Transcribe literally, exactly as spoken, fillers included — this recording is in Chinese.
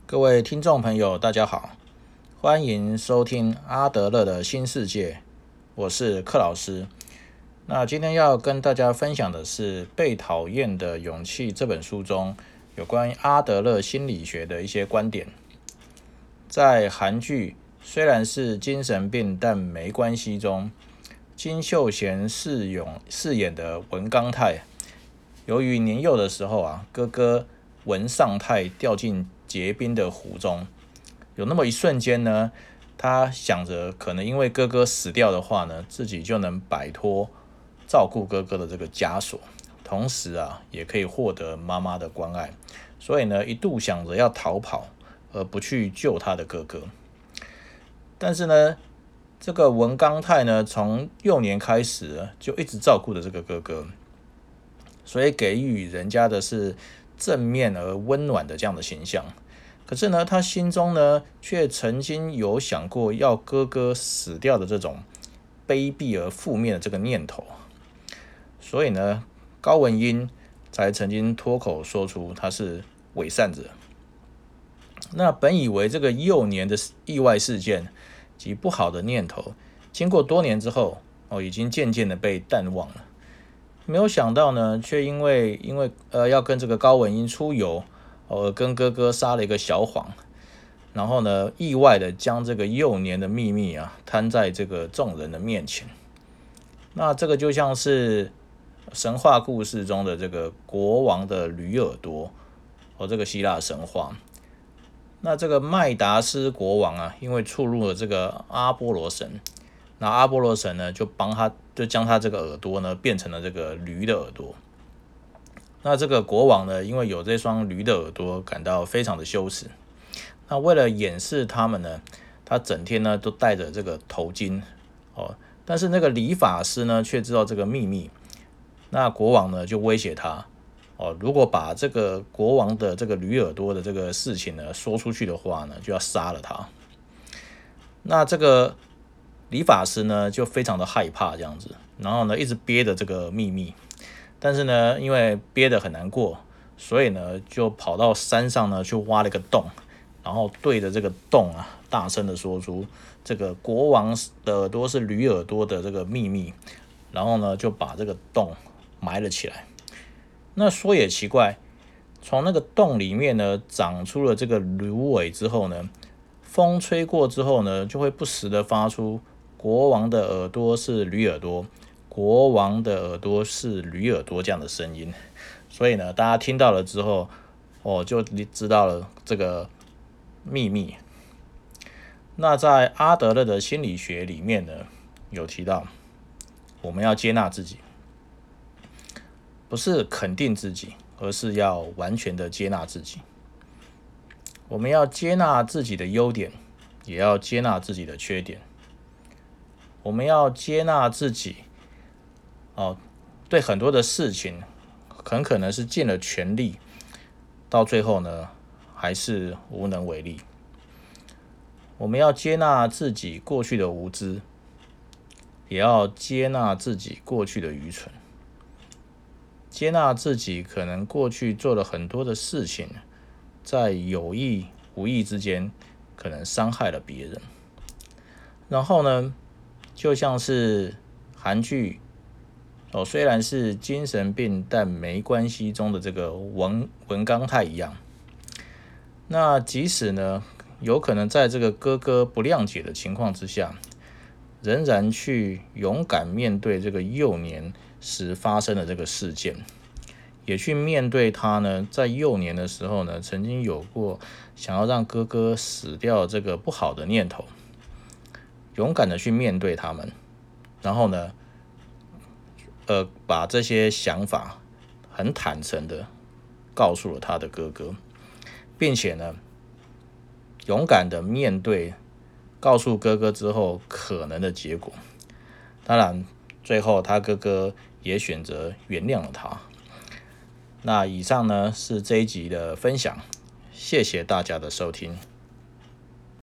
各位听众朋友，大家好，欢迎收听阿德勒的新世界，我是克老师。那今天要跟大家分享的是《被讨厌的勇气》这本书中有关于阿德勒心理学的一些观点。在韩剧虽然是精神病但没关系中，金秀贤饰勇饰演的文刚泰，由于年幼的时候啊，哥哥文尚泰掉进结冰的湖中，有那么一瞬间呢，他想着可能因为哥哥死掉的话呢，自己就能摆脱照顾哥哥的这个枷锁，同时啊，也可以获得妈妈的关爱，所以呢，一度想着要逃跑，而不去救他的哥哥。但是呢，这个文刚泰呢，从幼年开始就一直照顾着这个哥哥，所以给予人家的是正面而温暖的这样的形象。可是呢，他心中呢，却曾经有想过要哥哥死掉的这种卑鄙而负面的这个念头。所以呢，高文英才曾经脱口说出他是伪善者。那本以为这个幼年的意外事件及不好的念头，经过多年之后，哦，已经渐渐的被淡忘了。没有想到呢，却因为因为呃要跟这个高文英出游，而跟哥哥撒了一个小谎，然后呢，意外的将这个幼年的秘密啊摊在这个众人的面前。那这个就像是神话故事中的这个国王的驴耳朵，哦，这个希腊神话。那这个麦达斯国王啊，因为触怒了这个阿波罗神，那阿波罗神呢就帮他。就将他这个耳朵呢变成了这个驴的耳朵。那这个国王呢，因为有这双驴的耳朵，感到非常的羞耻。那为了掩饰他们呢，他整天呢都戴着这个头巾哦。但是那个理发师呢却知道这个秘密。那国王呢就威胁他哦，如果把这个国王的这个驴耳朵的这个事情呢说出去的话呢，就要杀了他。那这个理发师呢就非常的害怕这样子，然后呢一直憋着这个秘密，但是呢因为憋得很难过，所以呢就跑到山上呢去挖了一个洞，然后对着这个洞啊大声的说出这个国王的耳朵是驴耳朵的这个秘密，然后呢就把这个洞埋了起来。那说也奇怪，从那个洞里面呢长出了这个芦苇之后呢，风吹过之后呢就会不时的发出国王的耳朵是驴耳朵，国王的耳朵是驴耳朵这样的声音。所以呢，大家听到了之后，哦，就知道了这个秘密。那在阿德勒的心理学里面呢，有提到我们要接纳自己，不是肯定自己，而是要完全的接纳自己。我们要接纳自己的优点，也要接纳自己的缺点。我们要接纳自己，哦，对很多的事情很可能是尽了全力，到最后呢，还是无能为力。我们要接纳自己过去的无知，也要接纳自己过去的愚蠢。接纳自己可能过去做了很多的事情，在有意无意之间，可能伤害了别人。然后呢，就像是韩剧哦，虽然是精神病但没关系中的这个文文刚泰一样，那即使呢有可能在这个哥哥不谅解的情况之下，仍然去勇敢面对这个幼年时发生的这个事件，也去面对他呢在幼年的时候呢曾经有过想要让哥哥死掉这个不好的念头。勇敢的去面对他们，然后呢，呃，把这些想法很坦诚的告诉了他的哥哥，并且呢，勇敢的面对，告诉哥哥之后可能的结果。当然，最后他哥哥也选择原谅了他。那以上呢是这一集的分享，谢谢大家的收听。